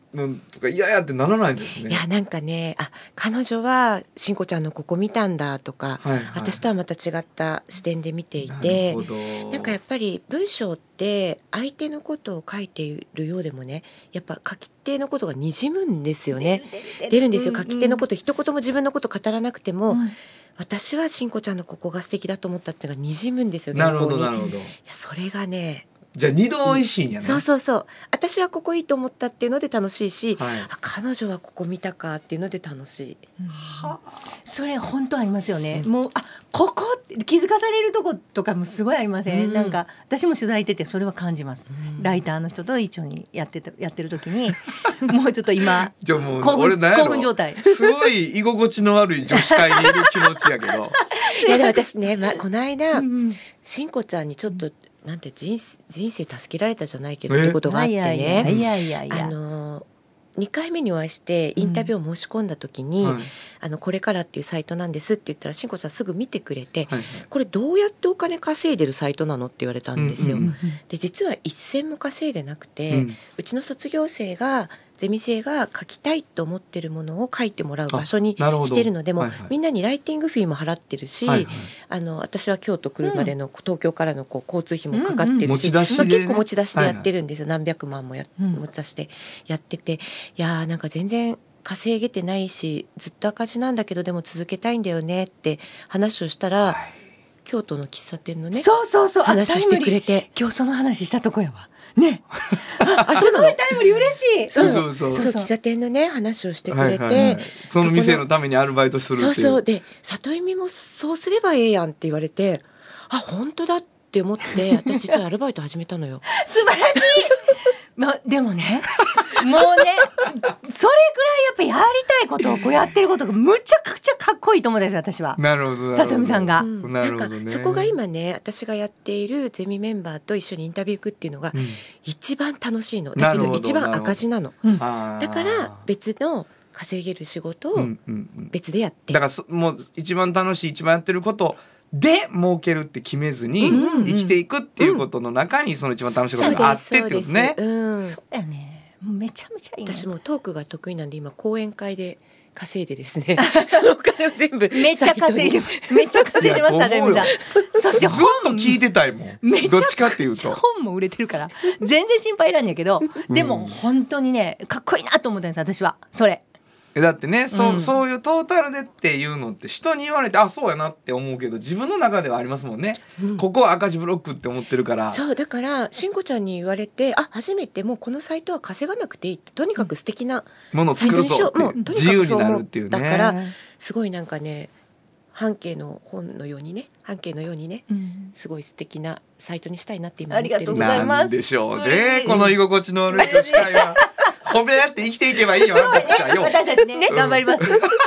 のとか嫌やってならないんですね。 いやなんかね、あ、彼女はしんこちゃんのここ見たんだとか、はいはい、私とはまた違った視点で見ていて、 な, なんかやっぱり文章って相手のことを書いているようでもね、やっぱ書き手のことがにじむんですよね。出るんですよ、書き手のこと、うん、一言も自分のこと語らなくても、うん、私はしんこちゃんのここが素敵だと思ったっていうのがにじむんですよ。 なるほどなるほど。いやそれがね、 じゃあ二度おいしいんやね、うん、 そうそうそう、私はここいいと思ったっていうので楽しいし、はい、あ彼女はここ見たかっていうので楽しい、 うん、はそれ本当ありますよね、うん、もうあここ気づかされるとことかもすごいありません、うん、なんか私も取材行っててそれは感じます、うん、ライターの人と一緒にやっててやってる時にもうちょっと今じゃあもう興奮、 俺何やろ興奮状態すごい居心地の悪い女子会にいる気持ちやけどいやでも私ね、ま、この間、うん、しんこちゃんにちょっとなんて 人, 人生助けられたじゃないけどってことがあってね、あのにかいめにお会いしてインタビューを申し込んだ時に、うんはい、あのこれからっていうサイトなんですって言ったらしんこちゃんすぐ見てくれて、はいはい、これどうやってお金稼いでるサイトなのって言われたんですよ、うんうんうん、で実は一銭も稼いでなくて、うん、うちの卒業生がゼミ生が書きたいと思ってるものを書いてもらう場所にしてるのでも、はいはい、みんなにライティングフィーも払ってるし、はいはい、あの私は京都来るまでの、うん、東京からのこう交通費もかかってるし、うんうん、まあ、結構持ち出しでやってるんですよ、はいはい、何百万もや、うん、持ち出してやってて、いやなんか全然稼げてないしずっと赤字なんだけどでも続けたいんだよねって話をしたら、はい、京都の喫茶店のねそうそうそう話してくれて、 今日その話したとこやわねあ、そうなの？ タイムリー嬉しい。 そうそうそう。そう喫茶店のね話をしてくれて、はいはいはい、 その店のためにアルバイトするっていう。 そうそうで里井美もそうすればええやんって言われて、あ本当だって思って私実はアルバイト始めたのよ。 素晴らしい。まあ、でもねもうねそれぐらいやっぱやりたいことをこうやってることがむちゃくちゃかっこいいと思うんです私は。 なるほど里見さんが、 うん、なんかそこが今ね私がやっているゼミメンバーと一緒にインタビュー行くっていうのが一番楽しいの、だけど一番赤字なの、うん、だから別の稼げる仕事を別でやって、 だからもう一番楽しい一番やってることで儲けるって決めずに生きていくっていうことの中にその一番楽しいことがあってってことね。 そうやね、めちゃめちゃいい、ね、 私もトークが得意なんで今講演会で稼いでですねそのお金を全部めっちゃ稼いでますめっちゃ稼いでますね。 そしてずっと聞いてたいもん、どっちかっていうと本も売れてるから全然心配いらんやけどでも本当にねかっこいいなと思ったんです私はそれ。 だってね、そ, うん、そういうトータルでっていうのって人に言われてあそうやなって思うけど自分の中ではありますもんね、うん、ここは赤字ブロックって思ってるから。 そうだからしんこちゃんに言われてあ初めてもうこのサイトは稼がなくていい、とにかく素敵なものを作るぞっていう自由になるっていうね。 だからすごいなんかね半径の本のようにね半径のようにね、うん、すごい素敵なサイトにしたいなって今思ってる。 ありがとうございます。 なんでしょうね、この居心地の悪い女子会は褒め合って生きていけばいいよあんたたちはよ私たちね、うん、頑張ります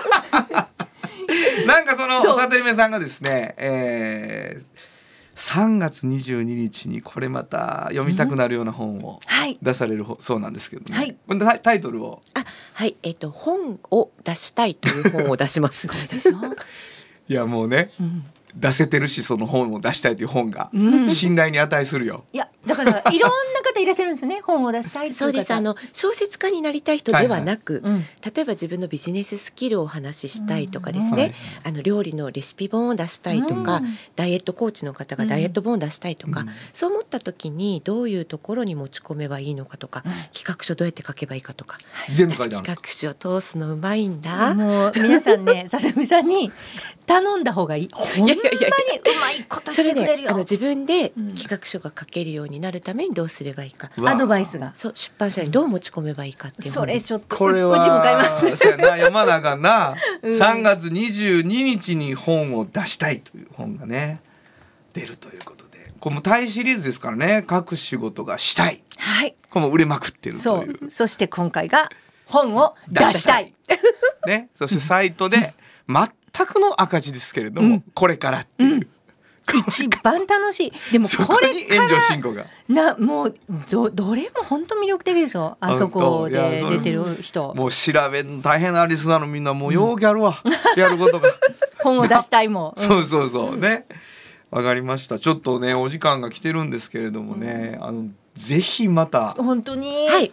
なんかその里夢さんがですね、えー、さんがつにじゅうににちにこれまた読みたくなるような本を出されるそうなんですけどね、はい、これタイトルをあはいえっ、ー、と本を出したいという本を出しますいやもうね、うん出せてるしその本を出したいという本が信頼に値するよ、 うん、いやだからいろんな方いらっしゃるんですね本を出したいという方。 そうですあの小説家になりたい人ではなく、はいはい、例えば自分のビジネススキルをお話ししたいとかですね、うん、あの料理のレシピ本を出したいとか、うん、ダイエットコーチの方がダイエット本を出したいとか、うん、そう思った時にどういうところに持ち込めばいいのかとか、うん、企画書どうやって書けばいいかとか、 はい、全部書いてあるんです。 企画書通すのうまいんだ。 もう皆さんね里見さんに頼んだ方がいい。ほんまにうまいことしてくれるよ。それね、あの自分で企画書が書けるようになるためにどうすればいいか、 うん、アドバイスがそう出版社にどう持ち込めばいいかっていう、 それちょっとこれはうちも買いますそうやな読まなあかんな、うん、さんがつにじゅうににちに本を出したいという本がね出るということで、これもタイシリーズですからね、書く仕事がしたい、 はい、 これも売れまくってるという。 そうそして今回が本を出したいね、そしてサイトで全くの赤字ですけれども、うん、これからっていう、うん、 一番楽しい。でもこれから炎上進行がなもう ど, どれも本当魅力的でしょ、あそこで出てる人。 もう調べる大変なリスナーのみんなもうようやるわ、うん、やることが本を出したいもん、 うん、そうそうそうね、わかりました。ちょっとねお時間が来てるんですけれどもね、うん、あのぜひまた本当に、 はい、 うん、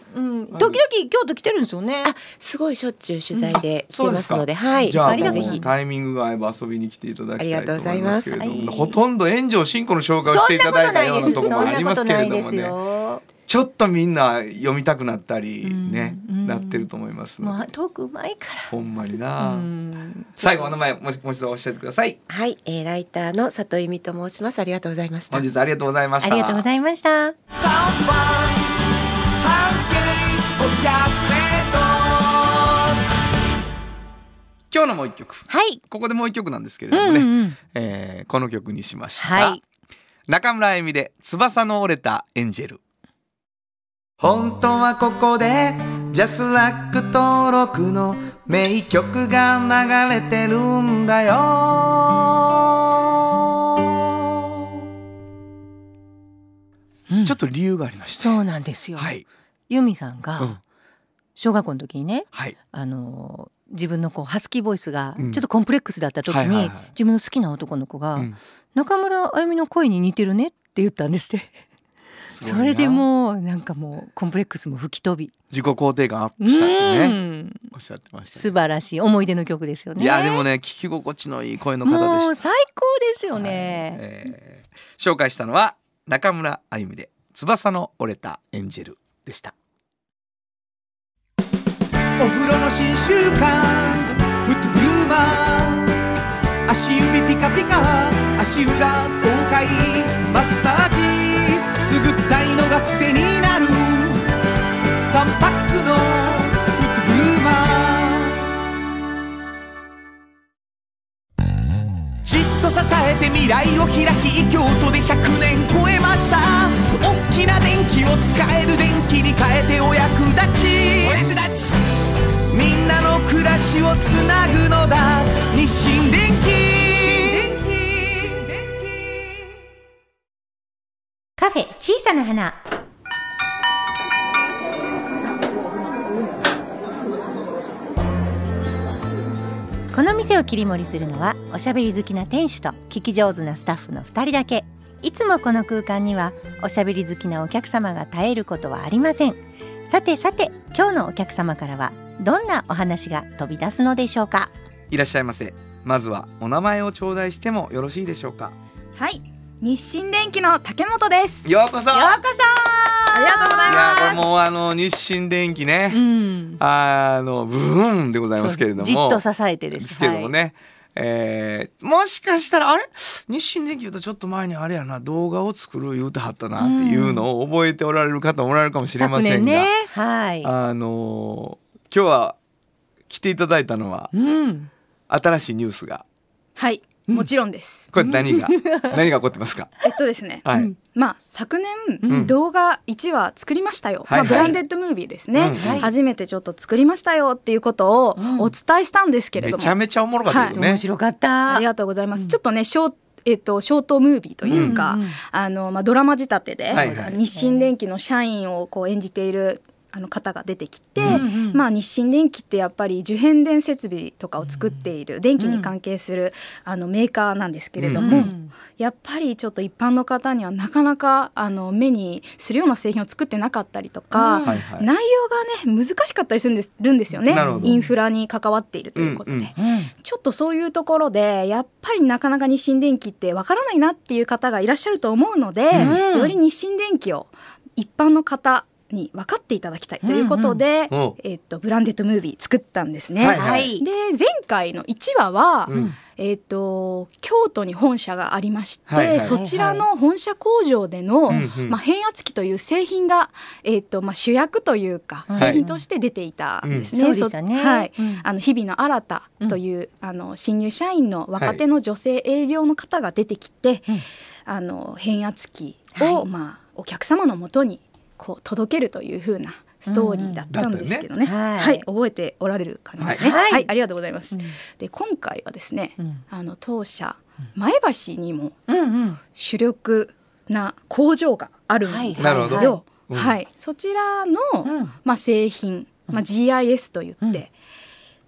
時々京都来てるんですよね。 あ、すごいしょっちゅう取材で来てますので、はい。 じゃあぜひタイミングが合えば遊びに来ていただきたいと思いますけれども、 ありがとうございます。 ほとんど炎上真子の紹介をしていただいたようなところもありますけれどもね。ちょっとみんな読みたくなったりね、うん、なってると思いますので、 まあ、トークうまいからほんまにな。最後お名前もう一度教えてください。 はい、えー、ライターの里井美と申します。ありがとうございました。 本日ありがとうございました。 ありがとうございました。 今日のもう一曲、 はい、 ここでもう一曲なんですけれどもね、うんうん、えー、この曲にしました、はい、中村あゆみで翼の折れたエンジェル。 本当はここでジャスラック登録の名曲が流れてるんだよ、 うん、ちょっと理由がありました。 そうなんですよ、はい、由美さんが小学校の時にね、 はい、 あの自分のこうハスキーボイスがちょっとコンプレックスだった時に、うんはいはいはい、自分の好きな男の子が、うん、中村あゆみの声に似てるねって言ったんですって。それでもうなんかもうコンプレックスも吹き飛び自己肯定感アップしたってねおっしゃってました、ね、 素晴らしい思い出の曲ですよね。 いやでもね聞き心地のいい声の方でした。 もう最高ですよね、はいえー、紹介したのは中村あゆみで翼の折れたエンジェルでした。 お風呂の新習慣フットグルーマー、足指ピカピカ足裏爽快マッサージくすぐったいのが癖になるさんパックのフットグルーマー、じっと支えて未来を開き京都でひゃくねん超えました。大きな電気を使える電気に変えてお役立ち、お役立ちみんなの暮らしをつなぐのだ日清電気。 カフェ小さな花。この店を切り盛りするのはおしゃべり好きな店主と聞き上手なスタッフのふたりだけ。いつもこの空間にはおしゃべり好きなお客様が絶えることはありません。さてさて今日のお客様からはどんなお話が飛び出すのでしょうか。 いらっしゃいませ。まずはお名前を頂戴してもよろしいでしょうか。 はい、日清電機の竹本です。 ようこそ。ようこそ。 ありがとうございます。いやこれもうあの日清電機ね、うん、あのブーンでございますけれども、 じっと支えてです。 ですけどもね、はい、えー、もしかしたらあれ日清電機言うとちょっちょっと前にあれやな動画を作る言うてはったなっていうのを覚えておられる方もおられるかもしれませんが、 ね、はい、 あの今日は来ていただいたのは、うん、新しいニュースがはいもちろんです。 これ何が何が起こってますか。 えっとですね、 はい、 まあ昨年、うん、動画いちわ作りましたよ、 はいはい、 まあ、ブランデッドムービーですね、うんうん、初めてちょっと作りましたよっていうことをお伝えしたんですけれども、 めちゃめちゃおもろかったよね、はい、 面白かった。 ありがとうございます、うん、ちょっとねショーえっと、ショートムービーというか、うんうん、あのまあ、ドラマ仕立てで、はいはい、日清電機の社員をこう演じているあの方が出てきて、うんうん、まあ、日清電機ってやっぱり受変電設備とかを作っている電気に関係する、うん、あのメーカーなんですけれども、うんうん、やっぱりちょっと一般の方にはなかなかあの目にするような製品を作ってなかったりとか、うん、内容がね難しかったりするんです、るんですよね。インフラに関わっているということで、うんうん、ちょっとそういうところでやっぱりなかなか日清電機ってわからないなっていう方がいらっしゃると思うので、うん、より日清電機を一般の方に分かっていただきたいということで、うんうん、えー、とブランデッドムービー作ったんですね、はいはい、で前回のいちわは、うん、えー、と京都に本社がありまして、はいはい、そちらの本社工場での、はいはい、まあ、変圧器という製品が、えーとまあ、主役というか、はい、製品として出ていたんですね、うん、そうでしたね、はい、うん、あの日々の新たという、うん、あの新入社員の若手の女性営業の方が出てきて、はい、あの変圧器を、はい、まあ、お客様のもとにこう届けるという風なストーリーだったんですけどね、うんうん、ね、はいはい、覚えておられる感じですね、はい、はい、ありがとうございます、うん、で今回はですね、うん、あの当社前橋にも主力な工場があるんですよ、はいはい、はい、そちらの、うん、まあ、製品、まあ、ジーアイエス といって、うん、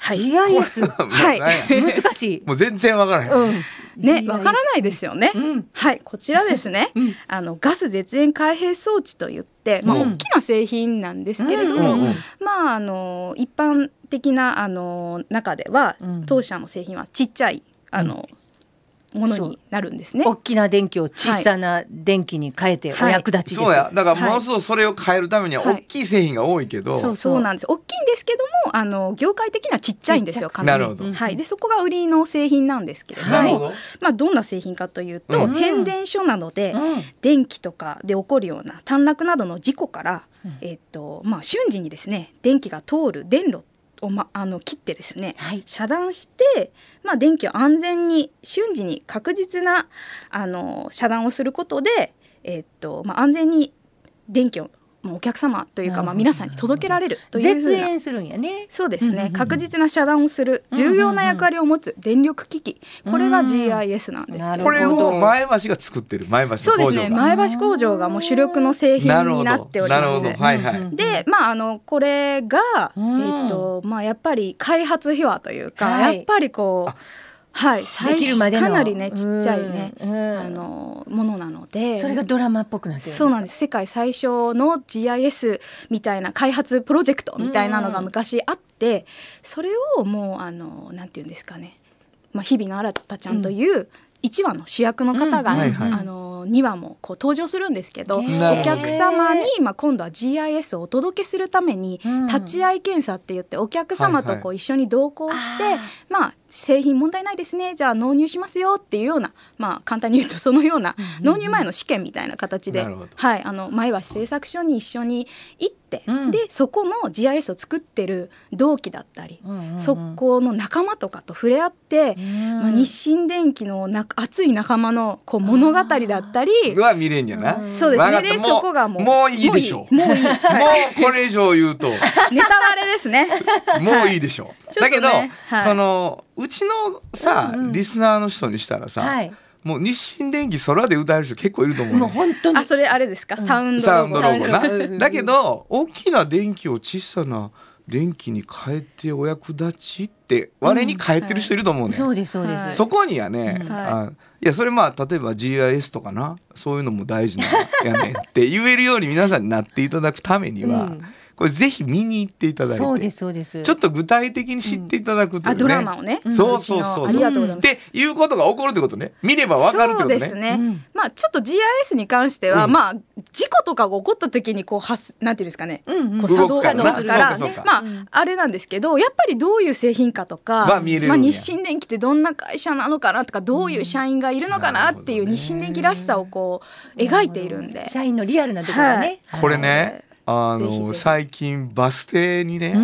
はい、ジーアイエスはい難しい。 もう全然わからない、うん、 ね、わからないですよね、うん、はいこちらですね、うん、あのガス絶縁開閉装置といって、まあ、大きな製品なんですけれども、うんうんうん、まああの一般的なあの中では、うん、当社の製品はちっちゃいあの、うんものになるんですね。 大きな電気を小さな電気に変えてお役立ちです、 はいはい、そうやだからものすごくそれを変えるためには大きい製品が多いけど、はい、 そうそうなんです。大きいんですけどもあの業界的にはちっちゃいんですよ。 なるほど、 はい、でそこが売りの製品なんですけれども、はいまあ、どんな製品かというと、うん、変電所などで、うん、電気とかで起こるような短絡などの事故から、うんえーとまあ、瞬時にですね電気が通る電路を、ま、あの切ってですね、はい、遮断して、まあ、電気を安全に瞬時に確実なあの遮断をすることで、えーっとまあ、安全に電気をお客様というか、まあ、皆さんに届けられるというふうな絶縁するんやね。 そうですね、うんうんうん、確実な遮断をする重要な役割を持つ電力機器、これが ジーアイエス なんですけど、 これを前橋が作ってる前橋工場がそうですね前橋工場がもう主力の製品になっております。 なるほど、はいはい、 でまああのこれが、えーっとまあ、やっぱり開発秘話というか、はい、やっぱりこうはい、最初かなりねちっちゃいね、うん、あのものなのでそれがドラマっぽくなってるんですか。 そうなんです。世界最初の ジーアイエス みたいな開発プロジェクトみたいなのが昔あって、うん、それをもうあのなんていうんですかね、まあ、日比野新ちゃんといういちわの主役の方が、うんはいはい、あのにわもこう登場するんですけど、お客様に、まあ、今度は ジーアイエス をお届けするために、うん、立ち会い検査って言ってお客様とこう一緒に同行して、はいはい、まあ製品問題ないですねじゃあ納入しますよっていうような、まあ、簡単に言うとそのような納入前の試験みたいな形で、はい、あの前橋製作所に一緒に行って、うん、でそこの ジーアイエス を作ってる同期だったり、うんうんうん、そこの仲間とかと触れ合って、うんまあ、日清電機のな熱い仲間のこう物語だったりは見れんやな、 うん、そうですね。でそこがもうもういいでしょう。もういいもうこれ以上言うとネタバレですねもういいでしょう、はい、だけど、ねはい、そのうちのさ、うんうん、リスナーの人にしたらさ、はい、もう日清電機空で歌える人結構いると思う、ね、 もう本当にあそれあれですか、うん、サウンドロゴサウンドロゴなだけど大きな電気を小さな電気に変えてお役立ちって我に変えてる人いると思うね、うんはい、 そうですそうです。 そこにはね、うん、あいやそれまあ例えば ジーアイエス とかなそういうのも大事なんやねって言えるように皆さんになっていただくためには、うんこれぜひ見に行っていただいて、 そうですそうです。 ちょっと具体的に知っていただくというね、うん、あドラマをね、 そうそうそう、 ありがとうございます。 っていうことが起こるってことね。見ればわかるってことね。 そうですね。うん、まあちょっと ジーアイエス に関しては、うん、まあ事故とかが起こった時にこう発なんていうんですかね、うんうん、こう作動するからね、まああれなんですけど、やっぱりどういう製品かとか、まあ、見えるまあ日清電機ってどんな会社なのかなとか、どういう社員がいるのかなっていう日清電機らしさをこう描いているんで、 社員のリアルなところね。 はい、これね。あのぜひぜひ最近バス停にね、うん、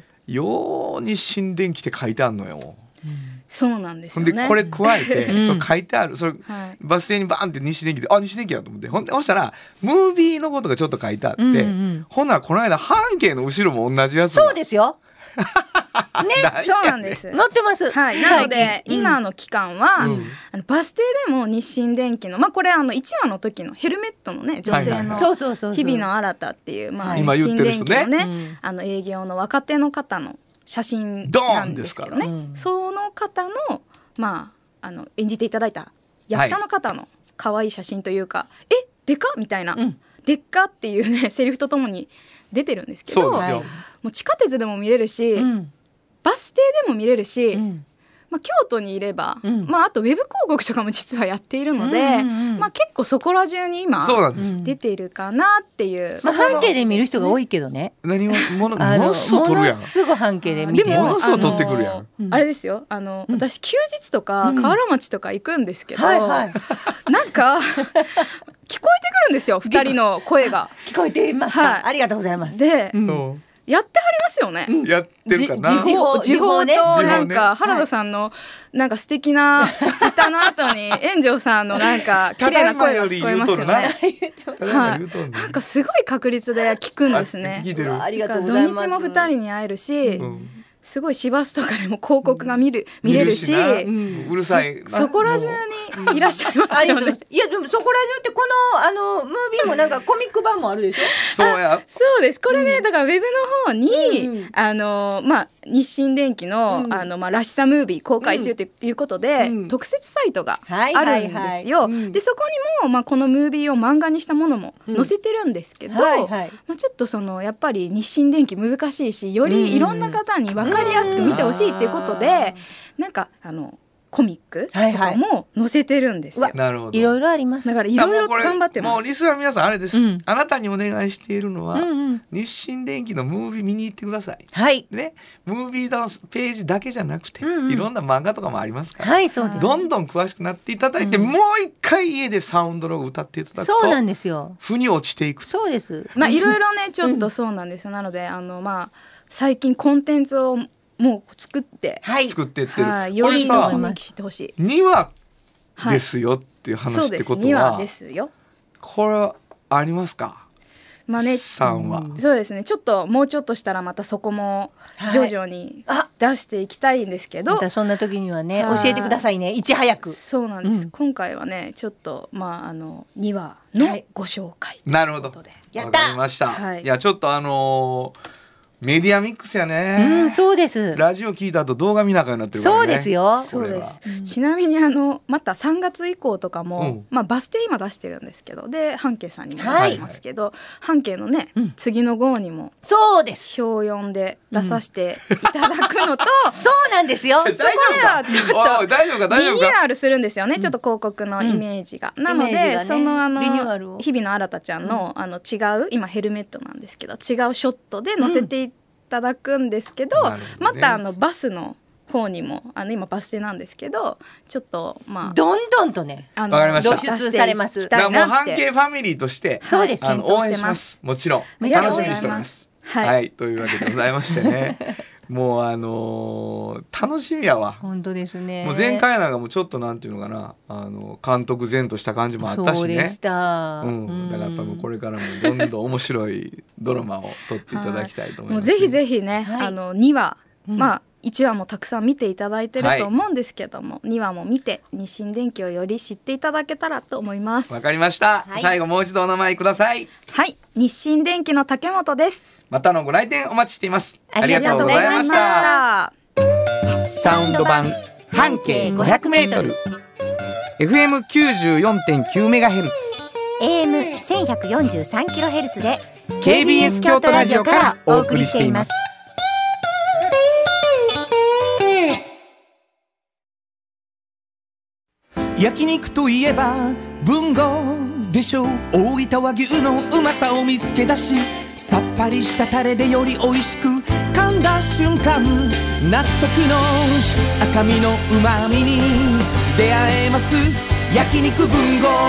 よう日清電機って書いてあるのよ、うん、 そうなんですよね。 でこれ加えて、うん、それ書いてあるそれ、はい、バス停にバーンって日清電機であ日清電機だと思ってほんでそしたらムービーのことがちょっと書いてあって、うんうん、ほんならこの間半径の後ろも同じやつそうですよね、 そうなんです。 載ってます。 はい、なので、うん、今の期間は、うん、あのバス停でも日清電機の、まあこれあのいちわの時のヘルメットのね女性の日比野新っていうまあ日清電機のね、うん、あの営業の若手の方の写真なんですけどね、うん、その方のまああの演じていただいた役者の方の可愛い写真というか、はい、えでかみたいな、うん、でっかっていうねセリフとともに出てるんですけど、 そうですよ。 もう地下鉄でも見れるし、うん、バス停でも見れるし、うんまあ、京都にいれば、うんまあ、あとウェブ広告とかも実はやっているので、うんうんうんまあ、結構そこら中に今出ているかなっていう、 まあ、半径で見る人が多いけどね、 何をものものすごい撮るやん、ものすごい半径で見てでもものすごい撮ってくるやん、 あのあれですよあの、うん、私休日とか河原町とか行くんですけど、うんはいはい、なんか聞こえてくるんですよふたりの声が聞こえていました、はい、ありがとうございます。 で、うんやってはりますよね、 うん、やってるかな時報時報となんか原田さんのなんか素敵な歌の後に炎上さんのなんか綺麗な声が聞こえますよねはい、なんかすごい確率で聞くんですね。 土日もふたりに会えるし、うんすごい市バスとかでも広告が見る、うん、見れるし、 うん、うるさいそ, そこら中にいらっしゃいますよねいやでもそこら中ってこのあのムービーもなんかコミック版もあるでしょそうやそうですこれね、うん、だからウェブの方に、うん、あのまあ日清電機の、うん、あのまあらしさムービー公開中ということで、うん、特設サイトがあるんですよ。でそこにも、まあ、このムービーを漫画にしたものも載せてるんですけど、うんはいはい、まあ、ちょっとそのやっぱり日清電機難しいし、よりいろんな方に分かりやすく見てほしいっていうことで、うん、なんかあのコミックとかも載せてるんですよ。 なるほど。 いろいろあります。 だからいろいろ頑張ってます。 もうリスナー皆さんあれです、うん、あなたにお願いしているのは、うんうん、日清電機のムービー見に行ってください。 はい。 ね、ムービーのページだけじゃなくて、うんうん、いろんな漫画とかもありますから、 はい、そうです。 どんどん詳しくなっていただいて、うん、もう一回家でサウンドロゴ歌っていただくと、 そうなんですよ。 腑に落ちていく。 そうです。 まあいろいろねちょっとそうなんですよ。なのであのまあ最近コンテンツをもう作って、 はい、作ってってる、 はい、より日清電機知ってほしい。 にわですよっていう話ってことは、 にわですよ。 これはありますか？まあね、さんは、 うん、そうですね。ちょっともうちょっとしたらまたそこも徐々に出していきたいんですけど、 はい、またそんな時にはね教えてくださいね、いち早く。 そうなんです、うん、今回はねちょっとまああのにわのご紹介ということで、 なるほど、 やった。 わかりました、はい、いやちょっとあのーメディアミックスやね、 うん、そうです。 ラジオ聞いた後動画見ながらになってるからね。 そうですよ。 そうです、うん、ちなみにあのまたさんがつ以降とかも、うん、まあ、バス停今出してるんですけど、で半径さんにも出てますけど、はい、半径のね、うん、次の号にもそうです表よんで出させていただくのと、 うん、そうなんですよ。 そこではちょっとリニューアルするんですよね、ちょっと広告のイメージが、うん、なので、ね、そのあの日々の新たちゃんの、うん、あの違う今ヘルメットなんですけど違うショットで載せていって、うん、いただくんですけど、ね、またあのバスの方にもあの今バス停なんですけどちょっかまあどんどんとねあの露出されます。 だからもう半径ファミリーとしてそうです、 あの応援します。もちろん楽しみにしております。はい、はい、というわけでございましてねもうあのー、楽しみやわ。 本当ですね。 もう前回なんかもちょっとなんていうのかな、あの監督前とした感じもあったしね。 そうでした、 うん、だからやっぱもうこれからもどんどん面白いドラマを撮っていただきたいと思います、ね、 もうぜひぜひね、はい、あのにわ、うん、まあいちわもたくさん見ていただいてると思うんですけども、はい、にわも見て日清電機をより知っていただけたらと思います。 わかりました、はい、最後もう一度お名前ください。 はい、日清電機の竹本です。 またのご来店お待ちしています。 ありがとうございました。 サウンド版半径ごひゃくメートル エフエムきゅうじゅうよんてんきゅうメガヘルツエーエムせんひゃくよんじゅうさんキロヘルツ でケービーエス 京都ラジオからお送りしています。 焼肉といえば文豪でしょう。大分和牛のうまさを見つけ出し、さっぱりしたタレでより美味しく噛んだ瞬間、納得の赤身のうまみに出会えます。焼肉文豪。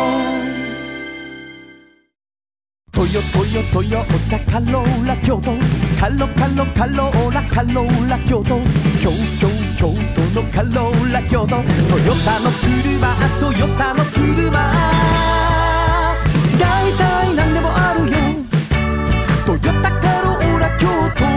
トヨトヨトヨタカローラ京都、カロカロカローラカローラ京都、京京京都のカローラ京都、トヨタの車トヨタの車、だいたいなんでもあるよ、トヨタカローラ京都。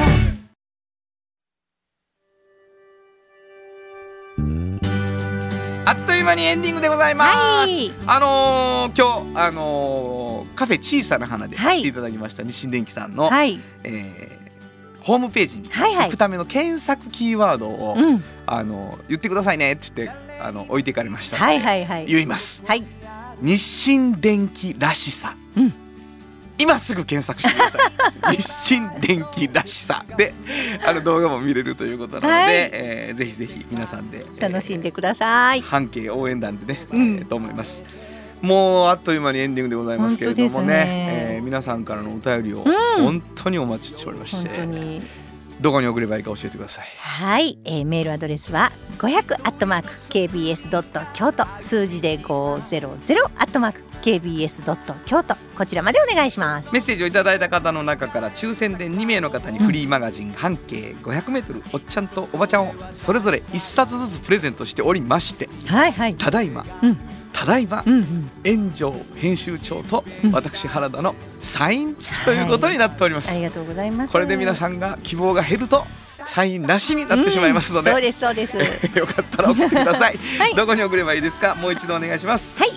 あっという間にエンディングでございます、はい、あのー、今日、あのー、カフェ小さな花で来ていただきました、はい、日清電機さんの、はい、えー、ホームページに行くための検索キーワードを、はいはい、あのー、言ってくださいねって言ってあの置いていかれましたので、はいはいはい、言います、はい、日清電機らしさ、うん、今すぐ検索してください日清電機らしさであの動画も見れるということなので、はい、えー、ぜひぜひ皆さんで楽しんでください、 えー、半径応援団でね、うん、えー、と思います。もうあっという間にエンディングでございますけれども ね, ね、えー、皆さんからのお便りを本当にお待ちしておりまして、うん、どこに送ればいいか教えてください。 はい、えー、メールアドレスはごひゃくアットマーク ケービーエス ドット 京都、数字でごひゃくアットマーク ケービーエス ドット 京都、こちらまでお願いします。 メッセージをいただいた方の中から抽選でにめいの方にフリーマガジン、うん、半径ごひゃくメートルおっちゃんとおばちゃんをそれぞれいっさつずつプレゼントしておりまして、はいはい、ただいま、うん、ただいま、うんうん、炎上編集長と私原田のサイン付きということになっております、 はい、ありがとうございます。 これで皆さんが希望が減るとサインなしになってしまいますので、 うん、そうですそうですよかったら送ってください、はい、どこに送ればいいですか、もう一度お願いします。 はい、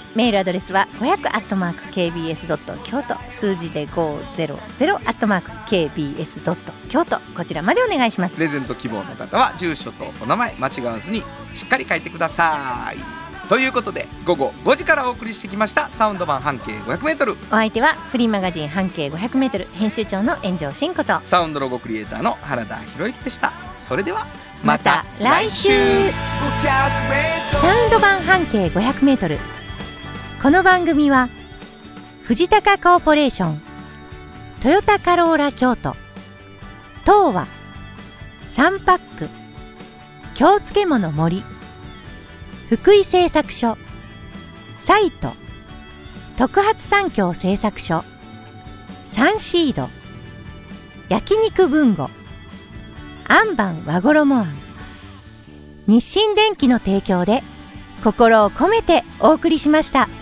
メールアドレスはごひゃくアットマーク ケービーエスドット京都、数字でごひゃくアットマーク ケービーエスドット京都、こちらまでお願いします。 プレゼント希望の方は住所とお名前間違わずにしっかり書いてください。ということで午後ごじからお送りしてきましたサウンド版半径 ごひゃくメートル、 お相手はフリーマガジン半径 ごひゃくメートル 編集長の炎上真子とサウンドロゴクリエイターの原田博之でした。それではまた来週。サウンド版半径 ごひゃくメートル、この番組は藤高コーポレーション、トヨタカローラ京都、東和、サンパック、京漬物森、福井製作所、サイト、特発産業製作所、サンシード、焼肉文吾、アンバン和衣あん、日清電機の提供で心を込めてお送りしました。